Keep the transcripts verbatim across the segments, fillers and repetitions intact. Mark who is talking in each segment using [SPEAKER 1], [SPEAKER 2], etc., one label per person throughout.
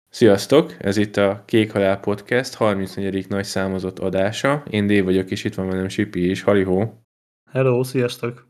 [SPEAKER 1] Sziasztok! Ez itt a Kék Halál Podcast harmincnegyedik nagy számozott adása. Én Dév vagyok, és itt van velem Sipi is. Halihó!
[SPEAKER 2] Hello, sziasztok!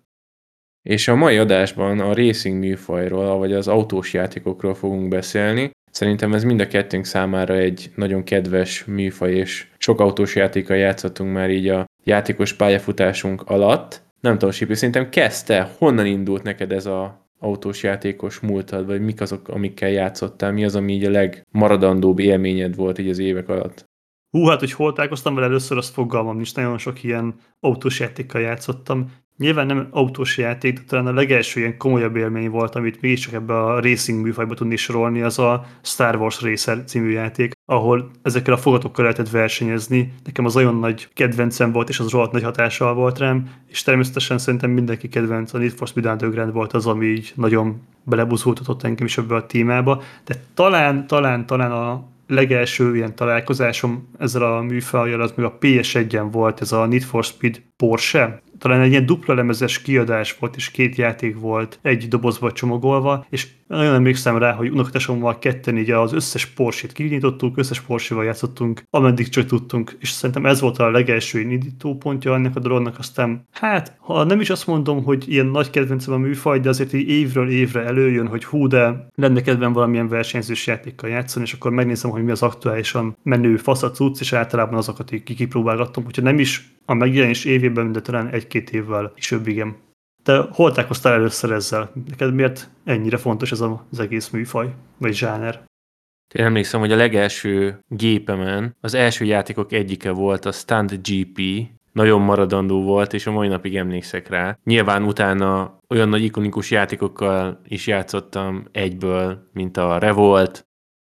[SPEAKER 1] És a mai adásban a racing műfajról, vagy az autós játékokról fogunk beszélni. Szerintem ez mind a kettőnk számára egy nagyon kedves műfaj, és sok autós játékkal játszottunk már így a játékos pályafutásunk alatt. Nem tudom, Sipi, szerintem kezdte, honnan indult neked ez a autós játékos múltad, vagy mik azok, amikkel játszottál, mi az, ami így a legmaradandóbb élményed volt így az évek alatt?
[SPEAKER 2] Hú, hát, hogy hol találkoztam vele először, azt fogalmam nincs. Nagyon sok ilyen autós játékkal játszottam. Nyilván nem autós játék, de talán a legelső ilyen komolyabb élmény volt, amit mégiscsak ebbe a racing műfajba tudni sorolni, az a Star Wars Racer című játék, ahol ezekkel a fogatokkal lehetett versenyezni. Nekem az olyan nagy kedvencem volt, és az rohadt nagy hatással volt rám, és természetesen szerintem mindenki kedvenc, a Need for Speed Underground volt az, ami így nagyon belebuzultatott engem is ebbe a témába, de talán, talán, talán a legelső ilyen találkozásom ezzel a műfajjal az még a pé es egyen volt, ez a Need for Speed Porsche. Talán egy ilyen dupla lemezes kiadás volt, és két játék volt egy dobozba csomagolva, és nagyon emlékszem rá, hogy unokatásommal ketten így az összes Porsche-t kinyitottuk, összes Porsche-val játszottunk, ameddig csak tudtunk, és szerintem ez volt a legelső indítópontja ennek a dolognak, aztán hát, ha nem is azt mondom, hogy ilyen nagy kedvencem a műfaj, de azért így évről évre előjön, hogy hú, de lenne kedvem valamilyen versenyzős játékkal játszani, és akkor megnézem, hogy mi az aktuálisan menő faszacuc, és általában azokat így kipróbálgattam, hogyha nem is a megjelenés évében, de talán egy-két évvel később, igen. Te hol találkoztál először ezzel? Neked miért ennyire fontos ez az egész műfaj, vagy zsáner?
[SPEAKER 1] Én emlékszem, hogy a legelső gépemen az első játékok egyike volt a Stunt gé pé, nagyon maradandó volt, és a mai napig emlékszek rá. Nyilván utána olyan nagy ikonikus játékokkal is játszottam egyből, mint a Revolt,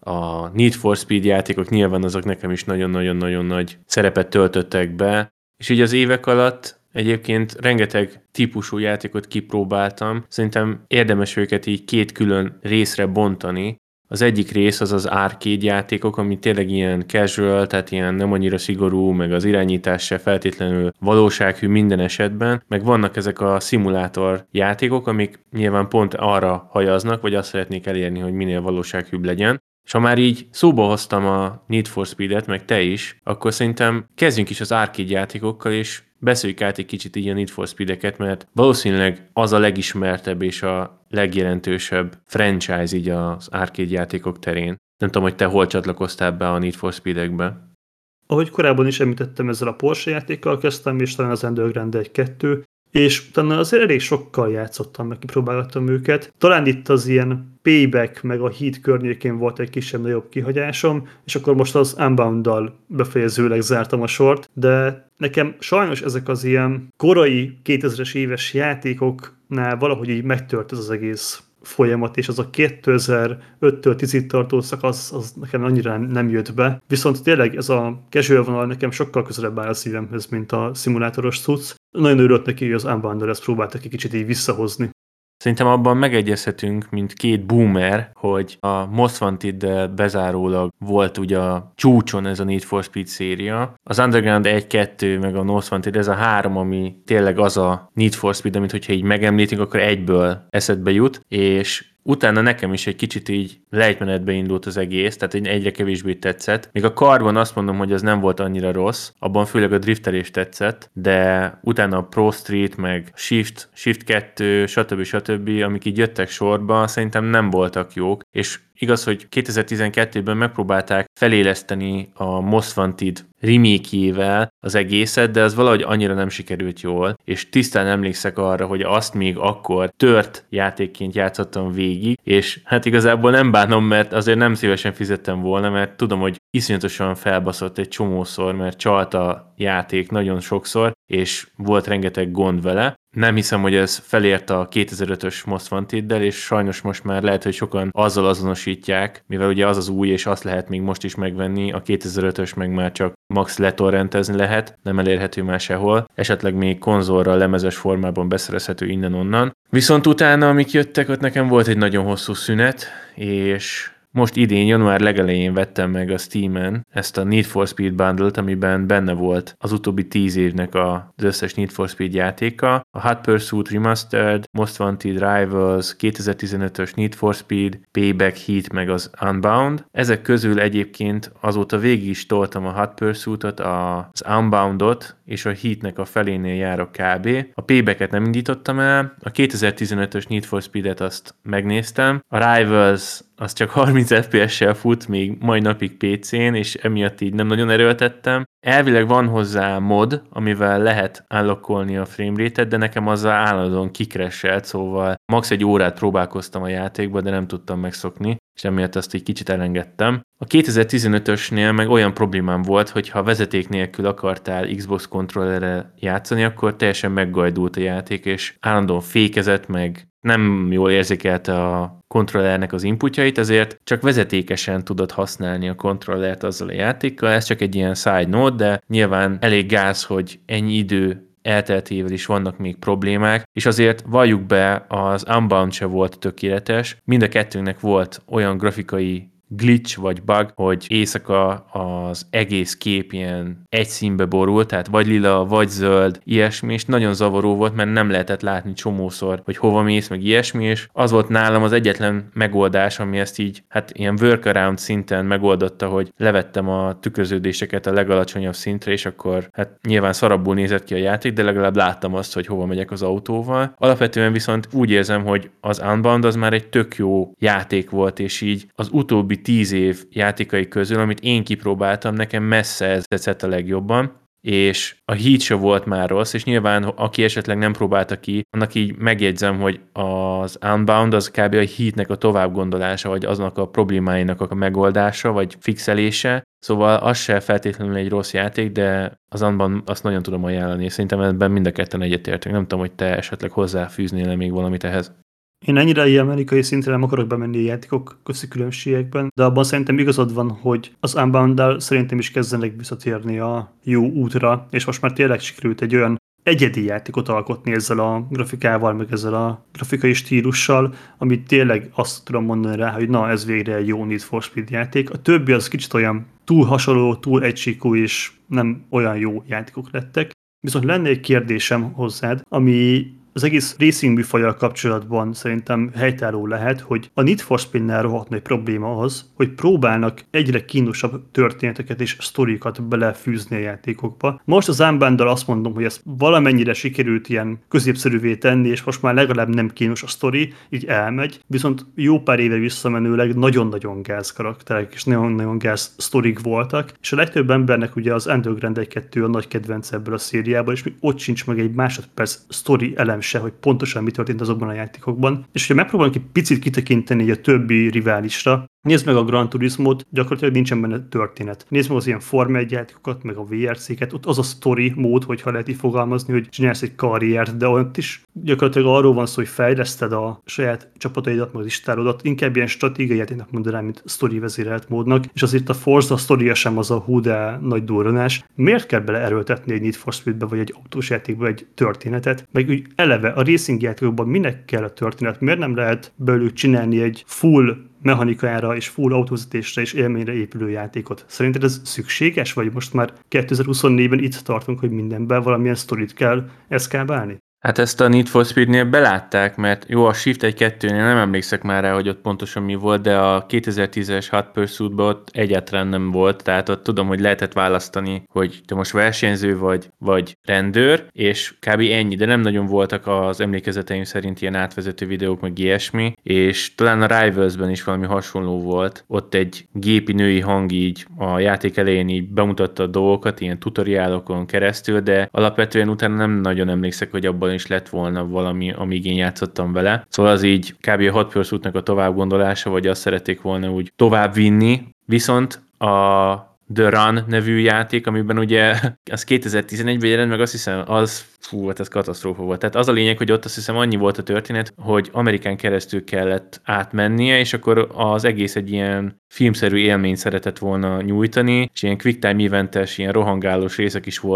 [SPEAKER 1] a Need for Speed játékok, nyilván azok nekem is nagyon-nagyon-nagyon nagy szerepet töltöttek be, és így az évek alatt egyébként rengeteg típusú játékot kipróbáltam. Szerintem érdemes őket így két külön részre bontani. Az egyik rész az az arcade játékok, ami tényleg ilyen casual, tehát ilyen nem annyira szigorú, meg az irányítás se feltétlenül valósághű minden esetben, meg vannak ezek a szimulátor játékok, amik nyilván pont arra hajaznak, vagy azt szeretnék elérni, hogy minél valósághűbb legyen. És ha már így szóba hoztam a Need for Speed-et, meg te is, akkor szerintem kezdjünk is az arcade játékokkal, és beszéljük át egy kicsit így a Need for Speed-eket, mert valószínűleg az a legismertebb és a legjelentősebb franchise így az arcade játékok terén. Nem tudom, hogy te hol csatlakoztál be a Need for Speed-ekbe.
[SPEAKER 2] Ahogy korábban is említettem, ezzel a Porsche játékkal kezdtem, és talán az Underground egy-kettő, és utána azért elég sokkal játszottam, meg kipróbálgattam őket. Talán itt az ilyen Payback meg a Heat környékén volt egy kisebb-nagyobb kihagyásom, és akkor most az Unbound-dal befejezőleg zártam a sort, de nekem sajnos ezek az ilyen korai kétezres éves játékoknál valahogy így megtört ez az egész folyamat, és az a kétezer-öttől tízig tartó szakasz, az nekem annyira nem jött be. Viszont tényleg ez a casual vonal nekem sokkal közelebb áll a szívemhez, mint a szimulátoros cucc. Nagyon örülök neki, hogy az Unbound-al ezt próbáltak egy kicsit így visszahozni.
[SPEAKER 1] Szerintem abban megegyezhetünk, mint két boomer, hogy a Most Wanted-del bezárólag volt ugye a csúcson ez a Need for Speed széria. Az Underground egy-kettő, meg a Most Wanted, ez a három, ami tényleg az a Need for Speed, amit hogyha így megemlítünk, akkor egyből eszedbe jut, és utána nekem is egy kicsit így lejtmenetbe indult az egész, tehát egyre kevésbé tetszett. Még a Carbon azt mondom, hogy az nem volt annyira rossz, abban főleg a driftelés tetszett, de utána a Pro Street, meg Shift, Shift kettő, stb. stb., amik így jöttek sorba, szerintem nem voltak jók, és igaz, hogy kétezer-tizenkettőben megpróbálták feléleszteni a Most Wanted remake-jével az egészet, de az valahogy annyira nem sikerült jól, és tisztán emlékszek arra, hogy azt még akkor tört játékként játszottam végig, és hát igazából nem bánom, mert azért nem szívesen fizettem volna, mert tudom, hogy iszonyatosan felbaszott egy csomószor, mert csalt a játék nagyon sokszor, és volt rengeteg gond vele. Nem hiszem, hogy ez felért a kétezer-ötös Most Wanted-del, és sajnos most már lehet, hogy sokan azzal azonosítják, mivel ugye az az új, és azt lehet még most is megvenni, a kétezer-ötös meg már csak max letorrentezni lehet, nem elérhető már sehol, esetleg még konzolra, lemezes formában beszerezhető innen-onnan. Viszont utána, amik jöttek, ott nekem volt egy nagyon hosszú szünet, és most idén január legelején vettem meg a Steamen ezt a Need for Speed Bundle-t, amiben benne volt az utóbbi tíz évnek az összes Need for Speed játéka, a Hot Pursuit Remastered, Most Wanted, Rivals, kétezer-tizenötös Need for Speed, Payback, Heat meg az Unbound. Ezek közül egyébként azóta végig is toltam a Hot Pursuit-ot, az Unbound-ot és a Heatnek a felénél járok kb. A Payback-et nem indítottam el, a kétezer-tizenötös Need for Speed-et azt megnéztem, a Rivals az csak harminc ef pé es-sel fut még mai napig pé cén, és emiatt így nem nagyon erőltettem. Elvileg van hozzá mod, amivel lehet unlockolni a framerate-et, de nekem azzal állandóan kikresselt, szóval max. Egy órát próbálkoztam a játékba, de nem tudtam megszokni, és emiatt azt egy kicsit elengedtem. A kétezer-tizenötösnél meg olyan problémám volt, hogy ha vezeték nélkül akartál Xbox kontrollerrel játszani, akkor teljesen meggajdult a játék, és állandóan fékezett, meg nem jól érzékelte a kontrollernek az inputjait, ezért csak vezetékesen tudod használni a kontrollert azzal a játékkal. Ez csak egy ilyen side note, de nyilván elég gáz, hogy ennyi idő elteltével is vannak még problémák, és azért valljuk be, az Unbound se volt tökéletes. Mind a kettőnknek volt olyan grafikai glitch vagy bug, hogy éjszaka az egész kép ilyen egy színbe borult, tehát vagy lila, vagy zöld, ilyesmi, és nagyon zavaró volt, mert nem lehetett látni csomószor, hogy hova mész, meg ilyesmi, és az volt nálam az egyetlen megoldás, ami ezt így, hát ilyen workaround szinten megoldotta, hogy levettem a tükröződéseket a legalacsonyabb szintre, és akkor hát nyilván szarabbul nézett ki a játék, de legalább láttam azt, hogy hova megyek az autóval. Alapvetően viszont úgy érzem, hogy az Unbound az már egy tök jó játék volt, és így az utóbbi tíz év játékai közül, amit én kipróbáltam, nekem messze ez tetszett a legjobban, és a Heat se volt már rossz, és nyilván aki esetleg nem próbálta ki, annak így megjegyzem, hogy az Unbound az kb. A Heatnek a továbbgondolása, vagy aznak a problémáinak a megoldása, vagy fixelése, szóval az se feltétlenül egy rossz játék, de az Unbound azt nagyon tudom ajánlani, és szerintem ebben mind a ketten egyetértünk. Nem tudom, hogy te esetleg hozzáfűznél még valamit ehhez.
[SPEAKER 2] Én ennyire ilyen amerikai szintre nem akarok bemenni a játékok közti különbségekben, de abban szerintem igazad van, hogy az Unbound-dal szerintem is kezdenek visszatérni a jó útra, és most már tényleg sikerült egy olyan egyedi játékot alkotni ezzel a grafikával, meg ezzel a grafikai stílussal, amit tényleg azt tudom mondani rá, hogy na, ez végre egy jó Need for Speed játék. A többi az kicsit olyan túl hasonló, túl egysíkú, és nem olyan jó játékok lettek. Viszont lenne egy kérdésem hozzád, ami az egész racing műfajjal kapcsolatban szerintem helytálló lehet, hogy a Need for Speed-nál rohadt nagy probléma az, hogy próbálnak egyre kínosabb történeteket és sztorikat belefűzni a játékokba. Most az Unbound-dal azt mondom, hogy ezt valamennyire sikerült ilyen középszerűvé tenni, és most már legalább nem kínos a sztori, így elmegy, viszont jó pár éve visszamenőleg nagyon-nagyon gáz karakterek és nagyon-nagyon gáz sztorik voltak, és a legtöbb embernek ugye az Underground egy kettő a nagy kedvenc ebből a szériában, és még ott sincs meg egy másodperc sztori elem se, hogy pontosan mi történt azokban a játékokban. És hogyha megpróbálunk egy picit kitekinteni a többi riválisra, nézd meg a Gran Turismo-t, gyakorlatilag nincsen benne történet. Nézd meg az ilyen Forma egy játékokat, meg a vé er cé-ket, ott az a story mód, hogyha lehet így fogalmazni, hogy csinálsz egy karriert, de ott is gyakorlatilag arról van szó, hogy fejleszted a saját csapataidat, meg az istárodat, inkább ilyen stratégiai játéknak mondanám, mint story vezérelt módnak, és azért a Forza sztoria sem az a hú de nagy durranás. Miért kell bele erőltetni egy Need for Speed-be, vagy egy autós játékba egy történetet? Meg úgy eleve a racing játékokban minek kell a történet? Miért nem lehet belőlük csinálni egy full mechanikára és full autóvezetésre és élményre épülő játékot? Szerinted ez szükséges, vagy most már kétezer-huszonnégyben itt tartunk, hogy mindenben valamilyen sztorit kell eszkábálni?
[SPEAKER 1] Hát ezt a Need for Speed-nél belátták, mert jó, a Shift egy kettőnél nem emlékszek már rá, hogy ott pontosan mi volt, de a kétezer-tízes Hot Pursuit-ban ott egyáltalán nem volt, tehát ott tudom, hogy lehetett választani, hogy te most versenyző vagy, vagy rendőr, és kb. Ennyi, de nem nagyon voltak az emlékezeteim szerint ilyen átvezető videók, meg ilyesmi, és talán a Rivals-ben is valami hasonló volt, ott egy gépi női hang így a játék elején így bemutatta a dolgokat, ilyen tutoriálokon keresztül, de alapvetően utána nem nagyon emlékszek, hogy abban is lett volna valami, amíg én játszottam vele. Szóval az így kb. A Hot Pursuit-nak a továbbgondolása, vagy azt szerették volna úgy tovább vinni, viszont a The Run nevű játék, amiben ugye az kétezer-tizenegyben jelent meg, azt hiszem, az fú, hát ez katasztrófa volt. Tehát az a lényeg, hogy ott azt hiszem annyi volt a történet, hogy Amerikán keresztül kellett átmennie, és akkor az egész egy ilyen filmszerű élményt szeretett volna nyújtani, és ilyen quick time eventes, ilyen rohangálós részek is voltak,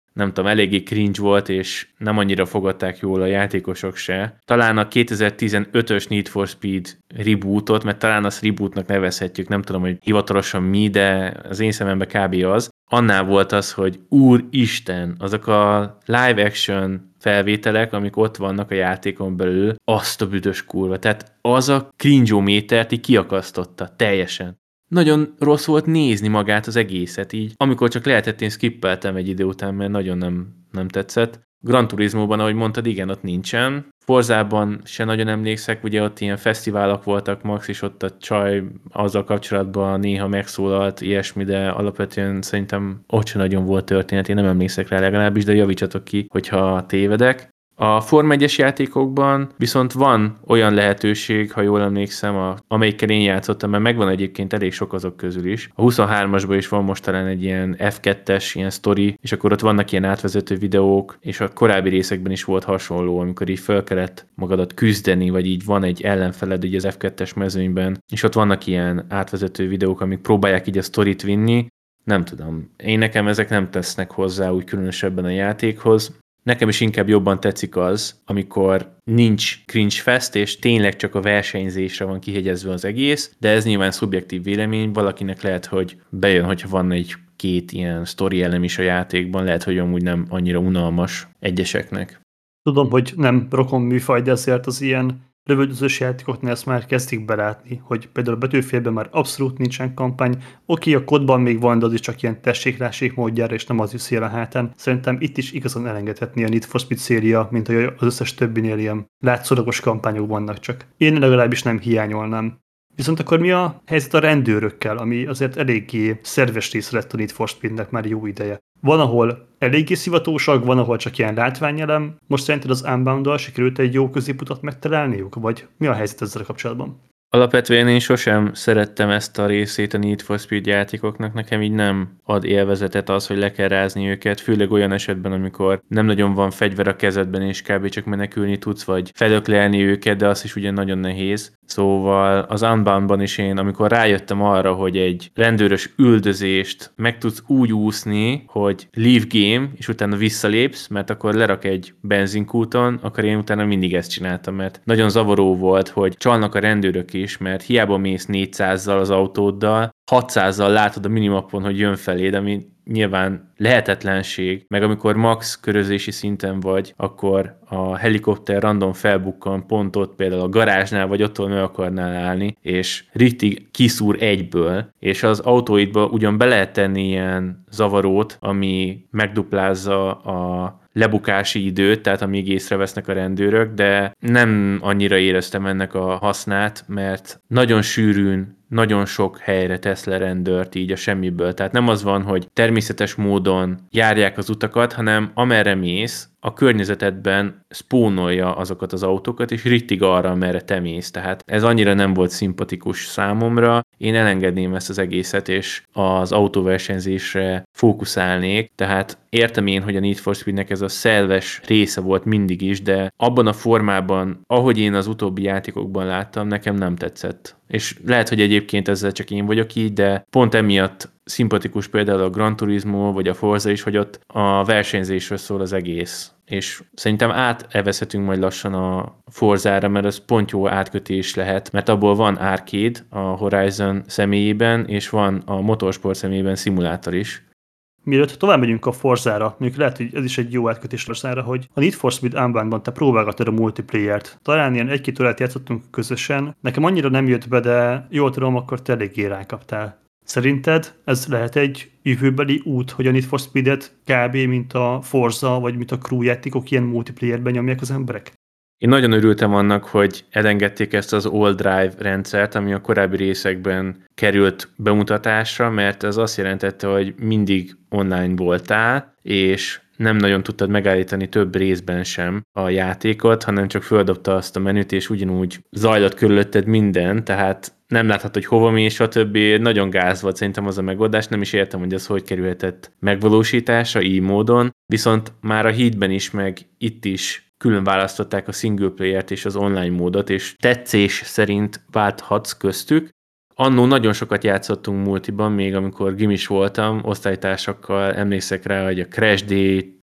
[SPEAKER 1] nem tudom, eléggé cringe volt, és nem annyira fogadták jól a játékosok se. Talán a kétezer-tizenötös Need for Speed rebootot, mert talán azt rebootnak nevezhetjük, nem tudom, hogy hivatalosan mi, de az én szememben kb. Az. Annál volt az, hogy úristen, azok a live action felvételek, amik ott vannak a játékon belül, azt a büdös kurva. Tehát az a cringe-o-métert így kiakasztotta teljesen. Nagyon rossz volt nézni magát az egészet így. Amikor csak lehetett, én skippeltem egy idő után, mert nagyon nem, nem tetszett. Gran Turismo-ban, ahogy mondtad, igen, ott nincsen. Forzában se nagyon emlékszek, ugye ott ilyen fesztiválok voltak, max, és ott a csaj azzal kapcsolatban néha megszólalt, ilyesmi, de alapvetően szerintem ott sem nagyon volt történet, én nem emlékszek rá legalábbis, de javítsatok ki, hogyha tévedek. A Forma egyes játékokban viszont van olyan lehetőség, ha jól emlékszem, a, amelyikkel én játszottam, mert megvan egyébként elég sok azok közül is. A huszonhármasban is van most talán egy ilyen ef kettes ilyen sztori, és akkor ott vannak ilyen átvezető videók, és a korábbi részekben is volt hasonló, amikor így fel kellett magadat küzdeni, vagy így van egy ellenfeled így az ef kettes mezőnyben, és ott vannak ilyen átvezető videók, amik próbálják így a sztorit vinni. Nem tudom. Én nekem ezek nem tesznek hozzá úgy különösebben a játékhoz. Nekem is inkább jobban tetszik az, amikor nincs cringe fest, és tényleg csak a versenyzésre van kihegyezve az egész, de ez nyilván szubjektív vélemény, valakinek lehet, hogy bejön, hogyha van egy két ilyen sztori elem is a játékban, lehet, hogy amúgy nem annyira unalmas egyeseknek.
[SPEAKER 2] Tudom, hogy nem rokon műfaj, de ezért az ilyen lövöldözős játékoknál ezt már kezdik belátni, hogy például a Battlefieldben már abszolút nincsen kampány. Oké, a kodban még van, de az is csak ilyen tessék-lássék módjára, és nem az viszi el a hátán. Szerintem itt is igazán elengedhetné a Need for Speed széria, mint hogy az összes többinél ilyen látszólagos kampányok vannak csak. Én legalábbis nem hiányolnám. Viszont akkor mi a helyzet a rendőrökkel, ami azért eléggé szerves része lett a Need for Speednek már jó ideje. Van, ahol eléggé szivatósak, van, ahol csak ilyen látványelem. Most szerinted az Unbound-dal sikerült egy jó középutat megtalálniuk, vagy mi a helyzet ezzel kapcsolatban?
[SPEAKER 1] Alapvetően én sosem szerettem ezt a részét a Need for Speed játékoknak, nekem így nem ad élvezetet az, hogy le kell rázni őket, főleg olyan esetben, amikor nem nagyon van fegyver a kezedben, és kb. Csak menekülni tudsz, vagy felöklelni őket, de az is ugye nagyon nehéz. Szóval az Unboundban is én, amikor rájöttem arra, hogy egy rendőrös üldözést meg tudsz úgy úszni, hogy leave game, és utána visszalépsz, mert akkor lerak egy benzinkúton, akkor én utána mindig ezt csináltam, mert nagyon zavaró volt, hogy csalnak a rendőrök is, mert hiába mész négyszázzal az autóddal, hatszázzal látod a minimapon, hogy jön feléd, ami nyilván lehetetlenség, meg amikor max körözési szinten vagy, akkor a helikopter random felbukkan pont ott például a garázsnál, vagy ott meg akarnál állni, és richtig kiszúr egyből, és az autóidba ugyan be lehet tenni ilyen zavarót, ami megduplázza a lebukási időt, tehát amíg észrevesznek a rendőrök, de nem annyira éreztem ennek a hasznát, mert nagyon sűrűn, nagyon sok helyre tesz le rendőrt így a semmiből. Tehát nem az van, hogy természetes módon járják az utakat, hanem amerre mész, a környezetedben spónolja azokat az autókat, és rittig arra, amerre te mész. Tehát ez annyira nem volt szimpatikus számomra. Én elengedném ezt az egészet, és az autóversenyzésre fókuszálnék. Tehát értem én, hogy a Need for Speednek ez a szelves része volt mindig is, de abban a formában, ahogy én az utóbbi játékokban láttam, nekem nem tetszett. És lehet, hogy egyébként ezzel csak én vagyok így, de pont emiatt szimpatikus például a Gran Turismo, vagy a Forza is, hogy ott a versenyzésről szól az egész. És szerintem átevezhetünk majd lassan a Forzára, mert ez pont jó átkötés lehet, mert abból van arcade a Horizon személyében, és van a motorsport személyében szimulátor is.
[SPEAKER 2] Mielőtt tovább megyünk a Forzára, mondjuk lehet, hogy ez is egy jó átkötés Forzára, hogy a Need for Speed Unboundban te próbálgatod a multiplayert. Talán ilyen egy-két órát játszottunk közösen. Nekem annyira nem jött be, de jól tudom, akkor te eléggé rákaptál. Szerinted ez lehet egy jövőbeli út, hogy a Need for Speed-et kb. Mint a Forza, vagy mint a Crew játékok ilyen multiplayerben nyomják az emberek?
[SPEAKER 1] Én nagyon örültem annak, hogy elengedték ezt az All Drive rendszert, ami a korábbi részekben került bemutatásra, mert ez azt jelentette, hogy mindig online voltál, és nem nagyon tudtad megállítani több részben sem a játékot, hanem csak földobta azt a menüt, és ugyanúgy zajlott körülötted minden, tehát nem láthatod, hogy hova mész, stb. Nagyon gáz volt szerintem az a megoldás, nem is értem, hogy ez hogy kerülhetett megvalósításra így módon, viszont már a Heatben is, meg itt is külön választották a single playert és az online módot, és tetszés szerint válthatsz köztük. Annó nagyon sokat játszottunk multiban, még amikor gimis voltam, osztálytársakkal, emlékszek rá, hogy a Crash Day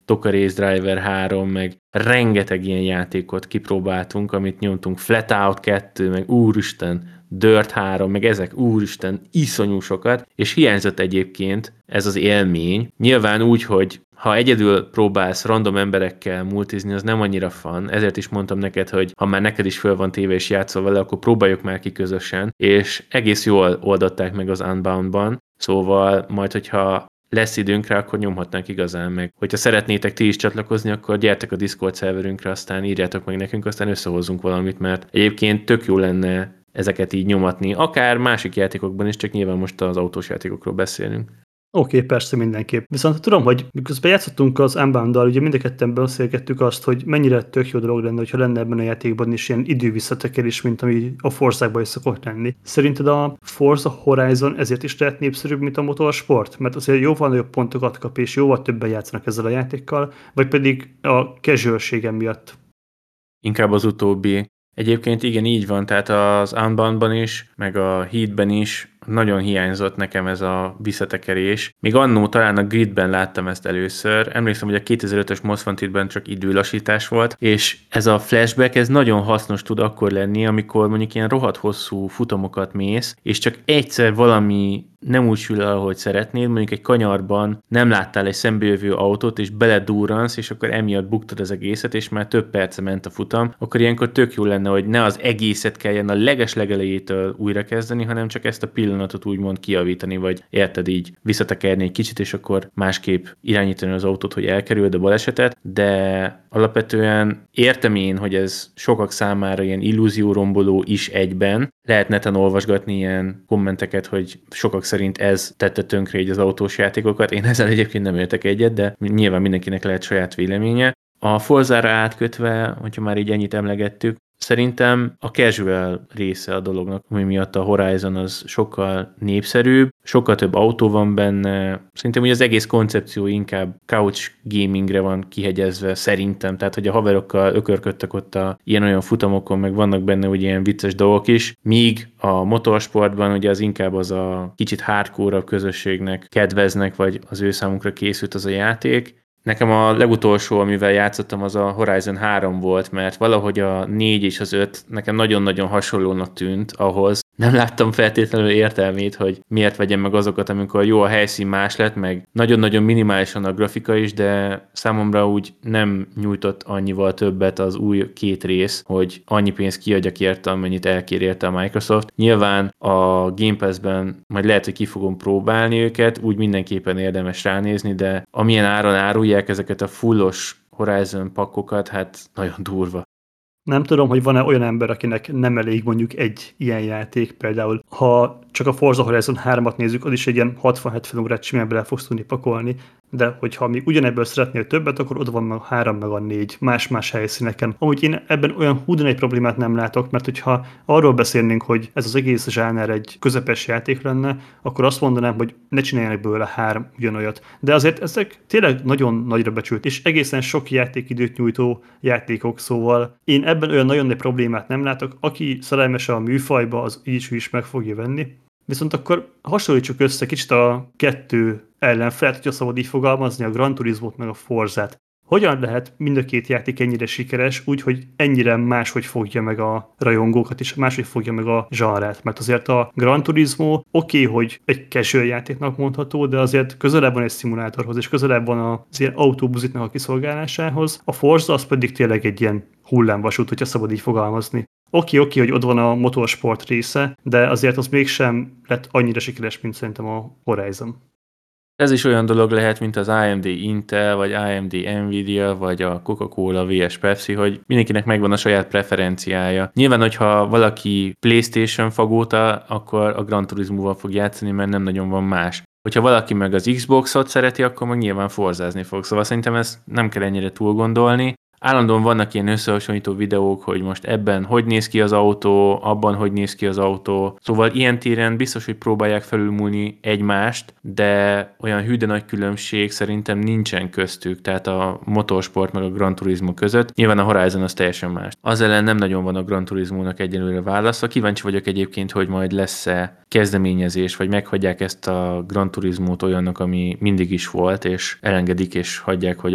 [SPEAKER 1] Toka Race Driver három, meg rengeteg ilyen játékot kipróbáltunk, amit nyomtunk, Flatout kettő, meg úristen, Dirt három, meg ezek, úristen, iszonyú sokat, és hiányzott egyébként ez az élmény. Nyilván úgy, hogy ha egyedül próbálsz random emberekkel multizni, az nem annyira fun, ezért is mondtam neked, hogy ha már neked is föl van téve és játszol vele, akkor próbáljuk már ki közösen, és egész jól oldották meg az Unbound-ban, szóval majd, hogyha lesz időnk rá, akkor nyomhatnánk igazán meg. Hogyha szeretnétek ti is csatlakozni, akkor gyertek a Discord szerverünkre, aztán írjátok meg nekünk, aztán összehozzunk valamit, mert egyébként tök jó lenne ezeket így nyomatni, akár másik játékokban is, csak nyilván most az autós játékokról beszélünk.
[SPEAKER 2] Oké, okay, persze, mindenképp. Viszont tudom, hogy miközben játszottunk az Unbound-dal, ugye mind a ketten beszélgettük azt, hogy mennyire tök jó dolog lenne, hogyha lenne ebben a játékban is ilyen idővisszatekerés, mint ami a Forzákban is szokott lenni. Szerinted a Forza Horizon ezért is lehet népszerűbb, mint a motorsport? Mert azért jóval nagyobb pontokat kap, és jóval többen játszanak ezzel a játékkal, vagy pedig a casualsége miatt?
[SPEAKER 1] Inkább az utóbbi. Egyébként igen, így van, tehát az Unbound-ban is, meg a Heatben is nagyon hiányzott nekem ez a visszatekerés. Még annó talán a Gridben láttam ezt először. Emlékszem, hogy a kétezer-ötös Most Wantedben csak időlassítás volt, és ez a flashback, ez nagyon hasznos tud akkor lenni, amikor mondjuk ilyen rohadt hosszú futamokat mész, és csak egyszer valami nem úgy sül el, ahogy szeretnéd, mondjuk egy kanyarban nem láttál egy szembejövő autót, és beledurransz, és akkor emiatt buktad az egészet, és már több perce ment a futam, akkor ilyenkor tök jó lenne, hogy ne az egészet kelljen a leges-legelejétől újra kezdeni, hanem csak ezt a pillanatot úgymond kijavítani, vagy érted így visszatekerni egy kicsit, és akkor másképp irányítani az autót, hogy elkerüld a balesetet, de alapvetően értem én, hogy ez sokak számára ilyen illúzióromboló is egyben. Lehet neten olvasgatni ilyen kommenteket, hogy sokak szerint ez tette tönkre így az autós játékokat. Én ezzel egyébként nem értek egyet, de nyilván mindenkinek lehet saját véleménye. A Forzára átkötve, hogyha már így ennyit emlegettük, szerintem a casual része a dolognak, ami miatt a Horizon az sokkal népszerűbb, sokkal több autó van benne, szerintem ugye az egész koncepció inkább couch gamingre van kihegyezve szerintem, tehát hogy a haverokkal ökörködtek ott a ilyen-olyan futamokon, meg vannak benne ugye ilyen vicces dolgok is, míg a motorsportban ugye az inkább az a kicsit hardcore közösségnek kedveznek, vagy az ő számunkra készült az a játék. Nekem a legutolsó, amivel játszottam, az a Horizon három volt, mert valahogy a négy és az öt nekem nagyon-nagyon hasonlónak tűnt ahhoz. Nem láttam feltétlenül értelmét, hogy miért vegyem meg azokat, amikor jó a helyszín más lett, meg nagyon-nagyon minimálisan a grafika is, de számomra úgy nem nyújtott annyival többet az új két rész, hogy annyi pénzt kiadjak érte, amennyit elkér érte a Microsoft. Nyilván a Game Pass-ben majd lehet, hogy ki fogom próbálni őket, úgy mindenképpen érdemes ránézni, de amilyen áron árulják ezeket a fullos Horizon pakkokat, hát nagyon durva.
[SPEAKER 2] Nem tudom, hogy van-e olyan ember, akinek nem elég mondjuk egy ilyen játék, például ha csak a Forza Horizon hármat nézzük, az is egy ilyen hatvan-hetven órát simán bele fogsz tudni pakolni, de hogyha még ugyanebből szeretnél többet, akkor oda van meg a három meg a négy más-más helyszíneken. Amúgy én ebben olyan hú de nagy problémát nem látok, mert hogyha arról beszélnénk, hogy ez az egész zsáner egy közepes játék lenne, akkor azt mondanám, hogy ne csináljanak belőle három ugyanolyat. De azért ezek tényleg nagyon nagyra becsült, és egészen sok játékidőt nyújtó játékok, szóval én ebben olyan nagyon nagy problémát nem látok. Aki szerelmes a műfajba, az így is meg fogja venni. Viszont akkor hasonlítsuk össze kicsit a kettő ellenfelet, hogyha szabad így fogalmazni, a Gran Turismót meg a Forzát. Hogyan lehet mind a két játék ennyire sikeres, úgy, hogy ennyire máshogy fogja meg a rajongókat, és máshogy fogja meg a zsarát? Mert azért a Gran Turismo oké, okay, hogy egy casual játéknak mondható, de azért közelebb van egy szimulátorhoz, és közelebb van az ilyen autóbuzitnak a kiszolgálásához. A Forza az pedig tényleg egy ilyen hullámvasút, hogyha szabad így fogalmazni. Oké, okay, oké, okay, hogy ott van a motorsport része, de azért az mégsem lett annyira sikeres, mint szerintem a Horizon.
[SPEAKER 1] Ez is olyan dolog lehet, mint az á em dé Intel, vagy á em dé Nvidia, vagy a Coca-Cola versus Pepsi, hogy mindenkinek megvan a saját preferenciája. Nyilván, hogyha valaki PlayStation fagóta, akkor a Gran Turismo-val fog játszani, mert nem nagyon van más. Hogyha valaki meg az Xboxot szereti, akkor meg nyilván forzázni fog. Szóval szerintem ezt nem kell ennyire túl gondolni. Állandóan vannak ilyen összehasonlító videók, hogy most ebben hogy néz ki az autó, abban hogy néz ki az autó. Szóval ilyen téren biztos, hogy próbálják felülmúlni egymást, de olyan hű de nagy különbség szerintem nincsen köztük, tehát a motorsport meg a Gran Turismo között. Nyilván a Horizon az teljesen más. Az ellen nem nagyon van a Gran Turismónak egyelőre válasza. Kíváncsi vagyok egyébként, hogy majd lesz-e kezdeményezés, vagy meghagyják ezt a Gran Turismót olyannak, ami mindig is volt, és elengedik, és hagyják, hogy ott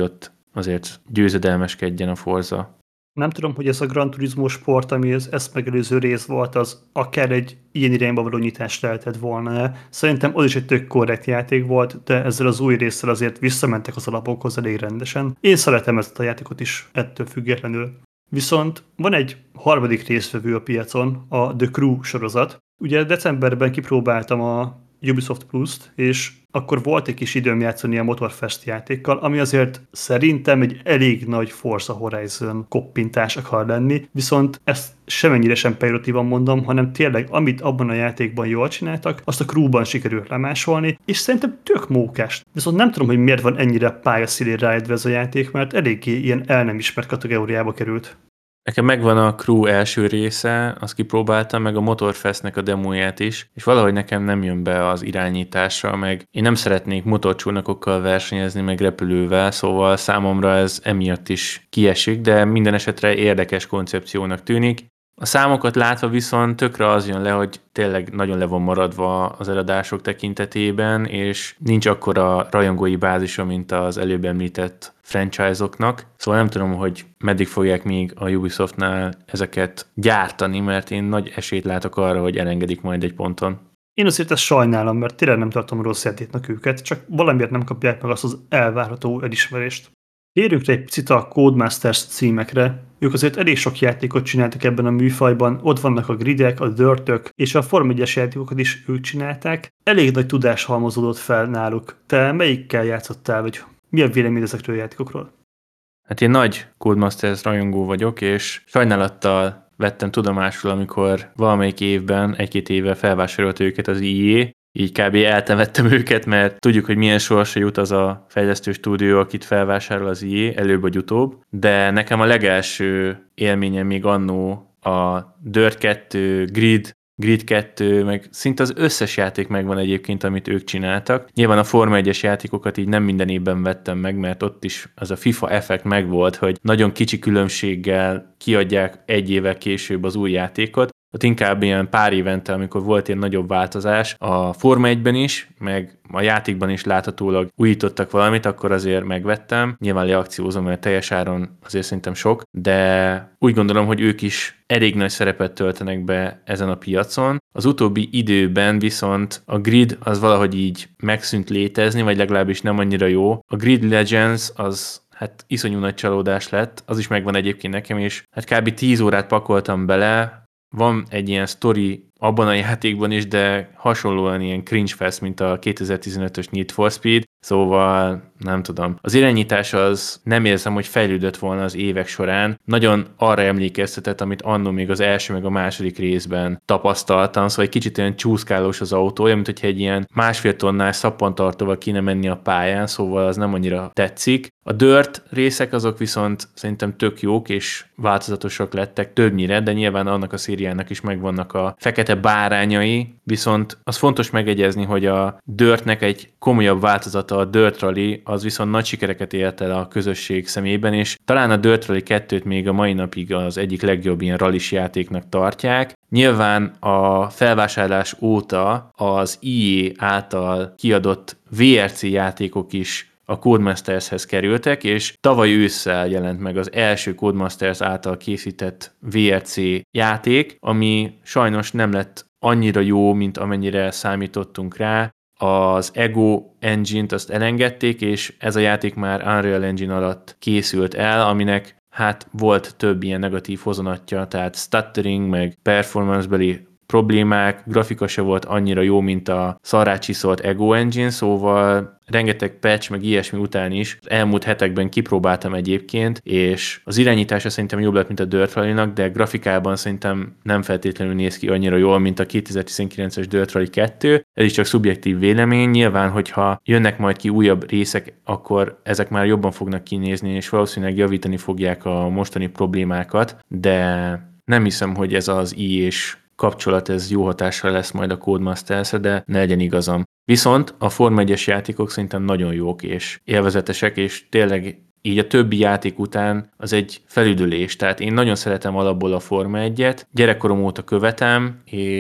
[SPEAKER 1] azért győzedelmeskedjen a Forza.
[SPEAKER 2] Nem tudom, hogy ez a Gran Turismo sport, ami az ezt megelőző rész volt, az akár egy ilyen irányba való nyitást lehetett volna. Szerintem az is egy tök korrekt játék volt, de ezzel az új résszel azért visszamentek az alapokhoz elég rendesen. Én szeretem ezt a játékot is ettől függetlenül. Viszont van egy harmadik résztvevő a piacon, a The Crew sorozat. Ugye decemberben kipróbáltam a Ubisoft Plus-t, és akkor volt egy kis időm játszani a Motorfest játékkal, ami azért szerintem egy elég nagy Forza Horizon koppintás akar lenni, viszont ezt semennyire sem pejoratívan mondom, hanem tényleg, amit abban a játékban jól csináltak, azt a Crewban sikerült lemásolni, és szerintem tök mókás. Viszont nem tudom, hogy miért van ennyire pályaszínén ráedve ez a játék, mert eléggé ilyen el nem ismert kategóriába került.
[SPEAKER 1] Nekem megvan a Crew első része, azt kipróbáltam, meg a Motorfestnek a demóját is, és valahogy nekem nem jön be az irányításra, meg én nem szeretnék motorcsónakokkal versenyezni, meg repülővel, szóval számomra ez emiatt is kiesik, de minden esetre érdekes koncepciónak tűnik. A számokat látva viszont tökre az jön le, hogy tényleg nagyon le van maradva az eladások tekintetében, és nincs akkora rajongói bázisa, mint az előbb említett franchise-oknak. Szóval nem tudom, hogy meddig fogják még a Ubisoftnál ezeket gyártani, mert én nagy esélyt látok arra, hogy elengedik majd egy ponton.
[SPEAKER 2] Én azért ezt sajnálom, mert tényleg nem tartom rossz játéknak őket, csak valamiért nem kapják meg azt az elvárható elismerést. Térjünk rá egy picit a Codemasters címekre. Ők azért elég sok játékot csináltak ebben a műfajban, ott vannak a gridek, a dörtök, és a Form egyes játékokat is ők csinálták. Elég nagy tudás halmozódott fel náluk. Te melyikkel játszottál, vagy mi a vélemény ezekről a játékokról?
[SPEAKER 1] Hát én nagy Codemasters rajongó vagyok, és sajnálattal vettem tudomásul, amikor valamelyik évben, egy-két éve felvásárolt őket az i á, így kb. Eltemettem őket, mert tudjuk, hogy milyen sorsa jut az a fejlesztő stúdió, akit felvásárol az i á, előbb vagy utóbb, de nekem a legelső élményem még annó a Dirt kettő, Grid, Grid kettő, meg szinte az összes játék megvan egyébként, amit ők csináltak. Nyilván a Forma egyes játékokat így nem minden évben vettem meg, mert ott is az a FIFA effekt megvolt, hogy nagyon kicsi különbséggel kiadják egy évvel később az új játékot. Ott inkább ilyen pár évente, amikor volt ilyen nagyobb változás, a Forma egyben is, meg a játékban is láthatólag újítottak valamit, akkor azért megvettem. Nyilván leakciózom, mert teljes áron azért szerintem sok, de úgy gondolom, hogy ők is elég nagy szerepet töltenek be ezen a piacon. Az utóbbi időben viszont a Grid az valahogy így megszűnt létezni, vagy legalábbis nem annyira jó. A Grid Legends az hát iszonyú nagy csalódás lett, az is megvan egyébként nekem, és hát kb. tíz órát pakoltam bele. Van egy ilyen sztori abban a játékban is, de hasonlóan ilyen cringe fest, mint a kétezer-tizenötös Need for Speed, szóval nem tudom. Az irányítás az nem érzem, hogy fejlődött volna az évek során. Nagyon arra emlékeztetett, amit annó még az első meg a második részben tapasztaltam, szóval egy kicsit olyan csúszkálós az autó, olyan, mint hogyha egy ilyen másfél tonnás szappantartóval kéne menni a pályán, szóval az nem annyira tetszik. A Dirt részek azok viszont szerintem tök jók és változatosak lettek többnyire, de nyilván annak a szériának is megvannak a fekete bárányai, viszont az fontos megegyezni, hogy a Dirtnek egy komolyabb változata, a Dirt Rally, az viszont nagy sikereket ért el a közösség szemében, és talán a Dirt Rally kettőt még a mai napig az egyik legjobb ilyen rallis játéknak tartják. Nyilván a felvásárlás óta az i á által kiadott vé er cé játékok is a Codemastershez kerültek, és tavaly ősszel jelent meg az első Codemasters által készített vé er cé játék, ami sajnos nem lett annyira jó, mint amennyire számítottunk rá. Az Ego Engine-t azt elengedték, és ez a játék már Unreal Engine alatt készült el, aminek hát volt több ilyen negatív hozonatja, tehát stuttering, meg performance-beli problémák, grafika se volt annyira jó, mint a szarrá csiszolt Ego Engine, szóval rengeteg patch, meg ilyesmi után is elmúlt hetekben kipróbáltam egyébként, és az irányítása szerintem jobb lett, mint a Dirt Rally-nak, de grafikában szerintem nem feltétlenül néz ki annyira jól, mint a kétezer-tizenkilences Dirt Rally kettő. Ez is csak szubjektív vélemény. Nyilván, hogyha jönnek majd ki újabb részek, akkor ezek már jobban fognak kinézni, és valószínűleg javítani fogják a mostani problémákat, de nem hiszem, hogy ez az i á-s kapcsolat, ez jó hatással lesz majd a Codemasters-re, de ne legyen igazam. Viszont a Forma egyes játékok szerintem nagyon jók és élvezetesek, és tényleg így a többi játék után az egy felüdülés. Tehát én nagyon szeretem alapból a Forma egyet, gyerekkorom óta követem, és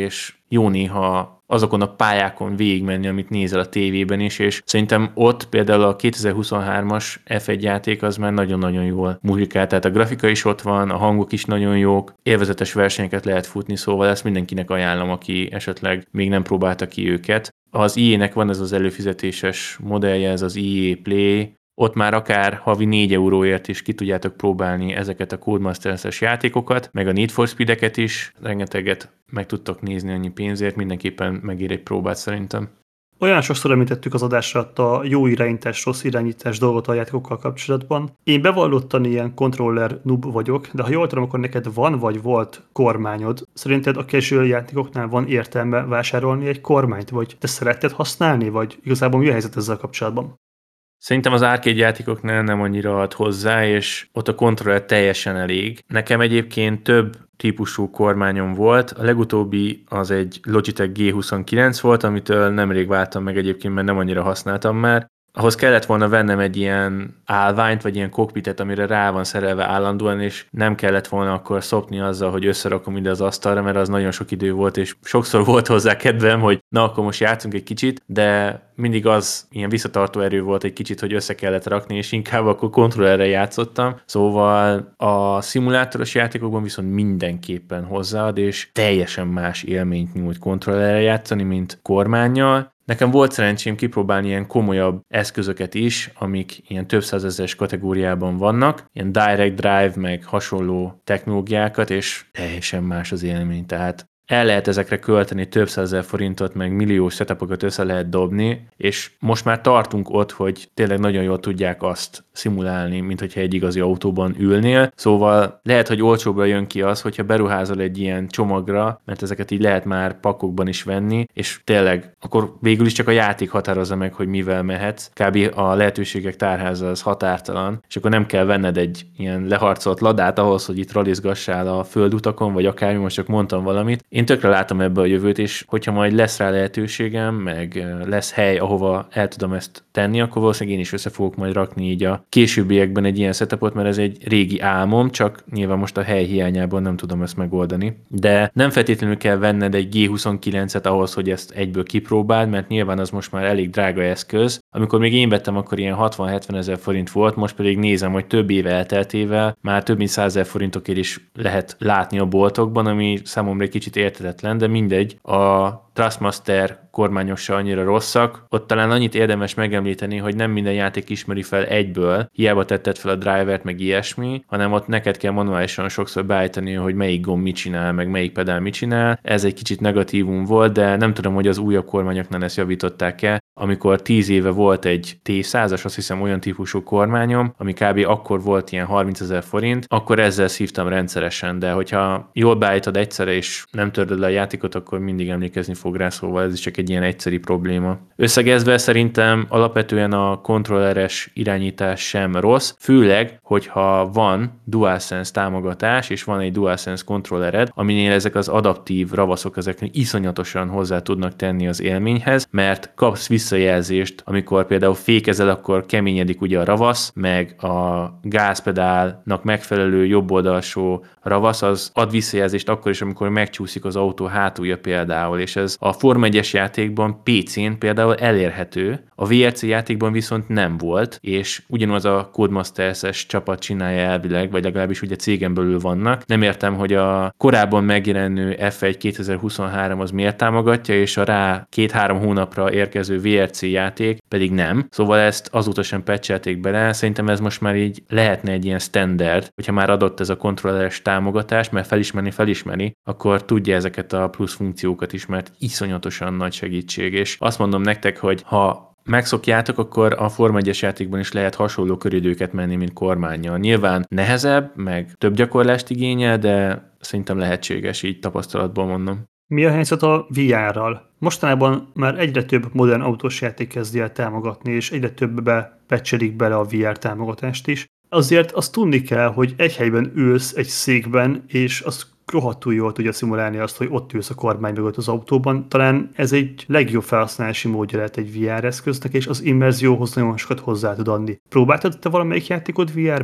[SPEAKER 1] jó néha azokon a pályákon végigmenni, amit nézel a tévében is, és szerintem ott például a kétezer-huszonhármas ef egy játék az már nagyon-nagyon jól muzsikált, tehát a grafika is ott van, a hangok is nagyon jók, élvezetes versenyeket lehet futni, szóval ezt mindenkinek ajánlom, aki esetleg még nem próbálta ki őket. Az í á-nek van ez az előfizetéses modellje, ez az í á Play, ott már akár havi négy euróért is ki tudjátok próbálni ezeket a Codemasters-es játékokat, meg a Need for Speed-eket is, rengeteget meg tudtok nézni annyi pénzért, mindenképpen megér egy próbát szerintem.
[SPEAKER 2] Olyan sokszor említettük az adásra a jó irányítás, rossz irányítás dolgot a játékokkal kapcsolatban. Én bevallottan ilyen controller noob vagyok, de ha jól tudom, akkor neked van vagy volt kormányod. Szerinted a casual játékoknál van értelme vásárolni egy kormányt, vagy te szeretted használni, vagy igazából mi a helyzet ezzel kapcsolatban?
[SPEAKER 1] Szerintem az arcade játékoknál nem annyira ad hozzá, és ott a kontroller teljesen elég. Nekem egyébként több típusú kormányom volt. A legutóbbi az egy Logitech gé huszonkilenc volt, amitől nemrég váltam meg egyébként, mert nem annyira használtam már. Ahhoz kellett volna vennem egy ilyen állványt, vagy ilyen kokpitet, amire rá van szerelve állandóan, és nem kellett volna akkor szopni azzal, hogy összerakom ide az asztalra, mert az nagyon sok idő volt, és sokszor volt hozzá kedvem, hogy na, akkor most játszunk egy kicsit, de mindig az ilyen visszatartó erő volt egy kicsit, hogy össze kellett rakni, és inkább akkor kontrollerre játszottam. Szóval a szimulátoros játékokban viszont mindenképpen hozzáad, és teljesen más élményt nyújt kontrollerre játszani, mint kormánnyal. Nekem volt szerencsém kipróbálni ilyen komolyabb eszközöket is, amik ilyen több százezeres kategóriában vannak, ilyen direct drive, meg hasonló technológiákat, és teljesen más az élmény. Tehát el lehet ezekre költeni több százezer forintot, meg milliós setupokat össze lehet dobni, és most már tartunk ott, hogy tényleg nagyon jól tudják azt szimulálni, mint hogyha egy igazi autóban ülnél. Szóval lehet, hogy olcsóbbra jön ki az, hogyha beruházol egy ilyen csomagra, mert ezeket így lehet már pakokban is venni, és tényleg akkor végül is csak a játék határozza meg, hogy mivel mehetsz. Kb. A lehetőségek tárháza az határtalan, és akkor nem kell venned egy ilyen leharcolt ladát ahhoz, hogy itt ralizgassál a földutakon, vagy akármi, most csak mondtam valamit. Én tökre látom ebbe a jövőt, és hogyha majd lesz rá lehetőségem, meg lesz hely, ahova el tudom ezt tenni, akkor valószínűleg én is össze fogok majd rakni így a későbbiekben egy ilyen setupot, mert ez egy régi álmom, csak nyilván most a hely hiányában nem tudom ezt megoldani. De nem feltétlenül kell venned egy gé huszonkilencet ahhoz, hogy ezt egyből kipróbáld, mert nyilván az most már elég drága eszköz. Amikor még én vettem, akkor ilyen hatvan-hetven ezer forint volt, most pedig nézem, hogy több éve elteltével már több mint százezer forintokért is lehet látni a boltokban, ami számomra egy kicsit érthetetlen, de mindegy. A Trustmaster kormányossal annyira rosszak, ott talán annyit érdemes megemlíteni, hogy nem minden játék ismeri fel egyből, hiába tetted fel a drivert, meg ilyesmi, hanem ott neked kell manuálisan sokszor beállítani, hogy melyik gomb mit csinál, meg melyik pedál mit csinál. Ez egy kicsit negatívum volt, de nem tudom, hogy az újabb kormányoknál ezt javították-e. Amikor tíz éve volt egy té százas, azt hiszem olyan típusú kormányom, ami kb. Akkor volt ilyen harmincezer forint, akkor ezzel szívtam rendszeresen, de hogyha jól beállítod egyszerre és nem tördöd le a játékot, akkor mindig emlékezni fog rá, szóval ez is csak egy ilyen egyszeri probléma. Összegezve szerintem alapvetően a kontrolleres irányítás sem rossz, főleg, hogyha van DualSense támogatás, és van egy DualSense kontrollered, aminél ezek az adaptív ravaszok ezek iszonyatosan hozzá tudnak tenni az élményhez, mert kapsz visszajelzést, amikor például fékezel, akkor keményedik ugye a ravasz, meg a gázpedálnak megfelelő jobb oldalsó ravasz, az ad visszajelzést akkor is, amikor megcsúszik az autó hátulja például, és ez a Forma egyes játékban pé cén például elérhető, a vé er cé játékban viszont nem volt, és ugyanaz a Codemasters-es csapat csinálja elvileg, vagy legalábbis ugye cégen belül vannak. Nem értem, hogy a korábban megjelenő ef egy kétezer-huszonhárom az miért támogatja, és a rá két-három hónapra érkező vé er cé játék pedig nem. Szóval ezt azóta sem patchelték bele, szerintem ez most már így lehetne egy ilyen standard, hogyha már adott ez a kontrolleres támogatás, mert felismerni felismeri, akkor tudja ezeket a plusz funkciókat is, mert iszonyatosan nagy segítség, és azt mondom nektek, hogy ha megszokjátok, akkor a Forma egyes játékban is lehet hasonló köridőket menni, mint kormánnyal. Nyilván nehezebb, meg több gyakorlást igényel, de szerintem lehetséges, így tapasztalatból mondom.
[SPEAKER 2] Mi a helyzet a vé er-ral? Mostanában már egyre több modern autós játék kezdi el támogatni, és egyre többbe pecselik bele a vé er támogatást is. Azért azt tudni kell, hogy egy helyben ülsz egy székben, és az rohadtul jól tudja szimulálni azt, hogy ott ülsz a kormány mögött az autóban. Talán ez egy legjobb felhasználási módja lehet egy vé er eszköznek, és az immerzióhoz nagyon sokat hozzá tud adni. Próbáltad te valamelyik játékot vé er-ban?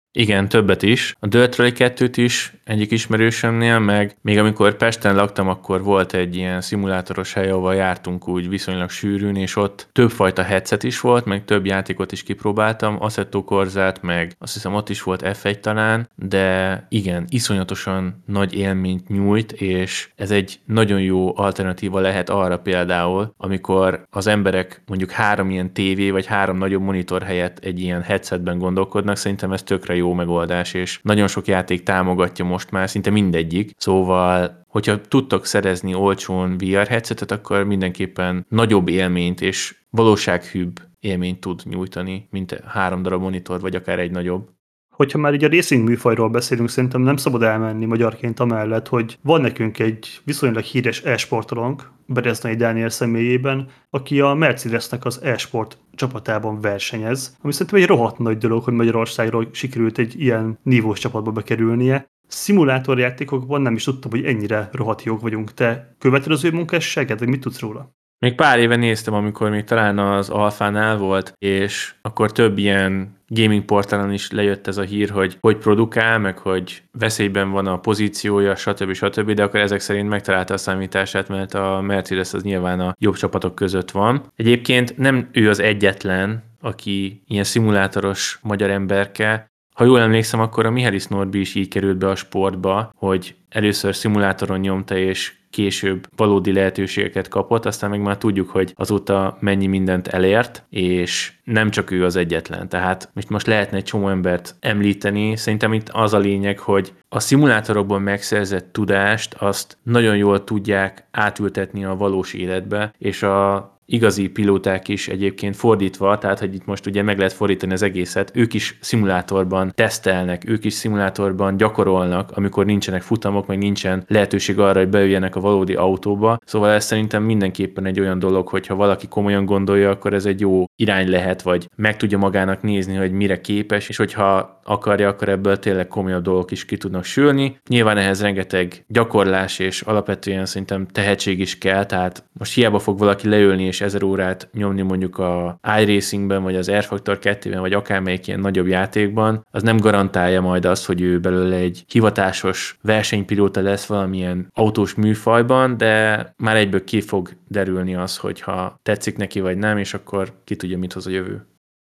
[SPEAKER 1] Igen, többet is. A Dirt Rally kettőt is egyik ismerősömnél, meg még amikor Pesten laktam, akkor volt egy ilyen szimulátoros hely, ahol jártunk úgy viszonylag sűrűn, és ott többfajta headset is volt, meg több játékot is kipróbáltam, Assetto Corsát, meg azt hiszem ott is volt ef egy talán, de igen, iszonyatosan nagy élményt nyújt, és ez egy nagyon jó alternatíva lehet arra például, amikor az emberek mondjuk három ilyen tévé, vagy három nagyobb monitor helyett egy ilyen headsetben gondolkodnak, szerintem ez tökre jó megoldás, és nagyon sok játék támogatja most már, szinte mindegyik, szóval hogyha tudtok szerezni olcsón vé er headsetet, akkor mindenképpen nagyobb élményt és valósághűbb élményt tud nyújtani, mint három darab monitor, vagy akár egy nagyobb.
[SPEAKER 2] Hogyha már így a racing műfajról beszélünk, szerintem nem szabad elmenni magyarként amellett, hogy van nekünk egy viszonylag híres e-sportolónk, Bereznai Dániel személyében, aki a Mercedesnek az e-sport csapatában versenyez, ami szerintem egy rohadt nagy dolog, hogy Magyarországról sikerült egy ilyen nívós csapatba bekerülnie. Szimulátorjátékokban nem is tudtam, hogy ennyire rohadt jók vagyunk. Te követed az ő munkásságát, vagy mit tudsz róla?
[SPEAKER 1] Még pár éve néztem, amikor még talán az Alfánál volt, és akkor több ilyen gaming portálon is lejött ez a hír, hogy hogy produkál, meg hogy veszélyben van a pozíciója, stb. stb., de akkor ezek szerint megtalálta a számítását, mert a Mercedes az nyilván a jobb csapatok között van. Egyébként nem ő az egyetlen, aki ilyen szimulátoros magyar emberke. Ha jól emlékszem, akkor a Mihály Norbi is így került be a sportba, hogy először szimulátoron nyomta, és később valódi lehetőségeket kapott, aztán meg már tudjuk, hogy azóta mennyi mindent elért, és nem csak ő az egyetlen. Tehát most, most lehetne egy csomó embert említeni. Szerintem itt az a lényeg, hogy a szimulátorokban megszerzett tudást azt nagyon jól tudják átültetni a valós életbe, és a igazi pilóták is egyébként fordítva, tehát hogy itt most ugye meg lehet fordítani az egészet, ők is szimulátorban tesztelnek, ők is szimulátorban gyakorolnak, amikor nincsenek futamok, meg nincsen lehetőség arra, hogy beüljenek a valódi autóba. Szóval ez szerintem mindenképpen egy olyan dolog, hogy ha valaki komolyan gondolja, akkor ez egy jó irány lehet, vagy meg tudja magának nézni, hogy mire képes, és hogyha akarja, akkor ebből tényleg komolyabb dolgok is ki tudnak sülni. Nyilván ehhez rengeteg gyakorlás és alapvetően szerintem tehetség is kell, tehát most hiába fog valaki leülni és ezer órát nyomni mondjuk a iRacingben, vagy az R Factor kettőben, vagy akármelyik ilyen nagyobb játékban, az nem garantálja majd azt, hogy ő belőle egy hivatásos versenypilóta lesz valamilyen autós műfajban, de már egyből ki fog derülni az, hogyha tetszik neki, vagy nem, és akkor ki tudja, mit hoz a jövő.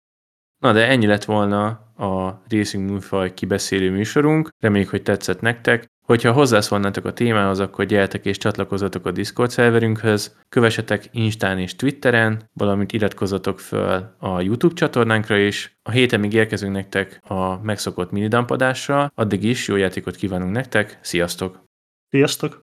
[SPEAKER 1] Na de ennyi lett volna a Racing műfaj kibeszélő műsorunk. Reméljük, hogy tetszett nektek. Hogyha hozzászólnátok a témához, akkor gyertek és csatlakozzatok a Discord szerverünkhöz, kövessetek Instán és Twitteren, valamint iratkozzatok föl a YouTube csatornánkra is. A héten még érkezünk nektek a megszokott minidump adással, addig is jó játékot kívánunk nektek, sziasztok!
[SPEAKER 2] Sziasztok!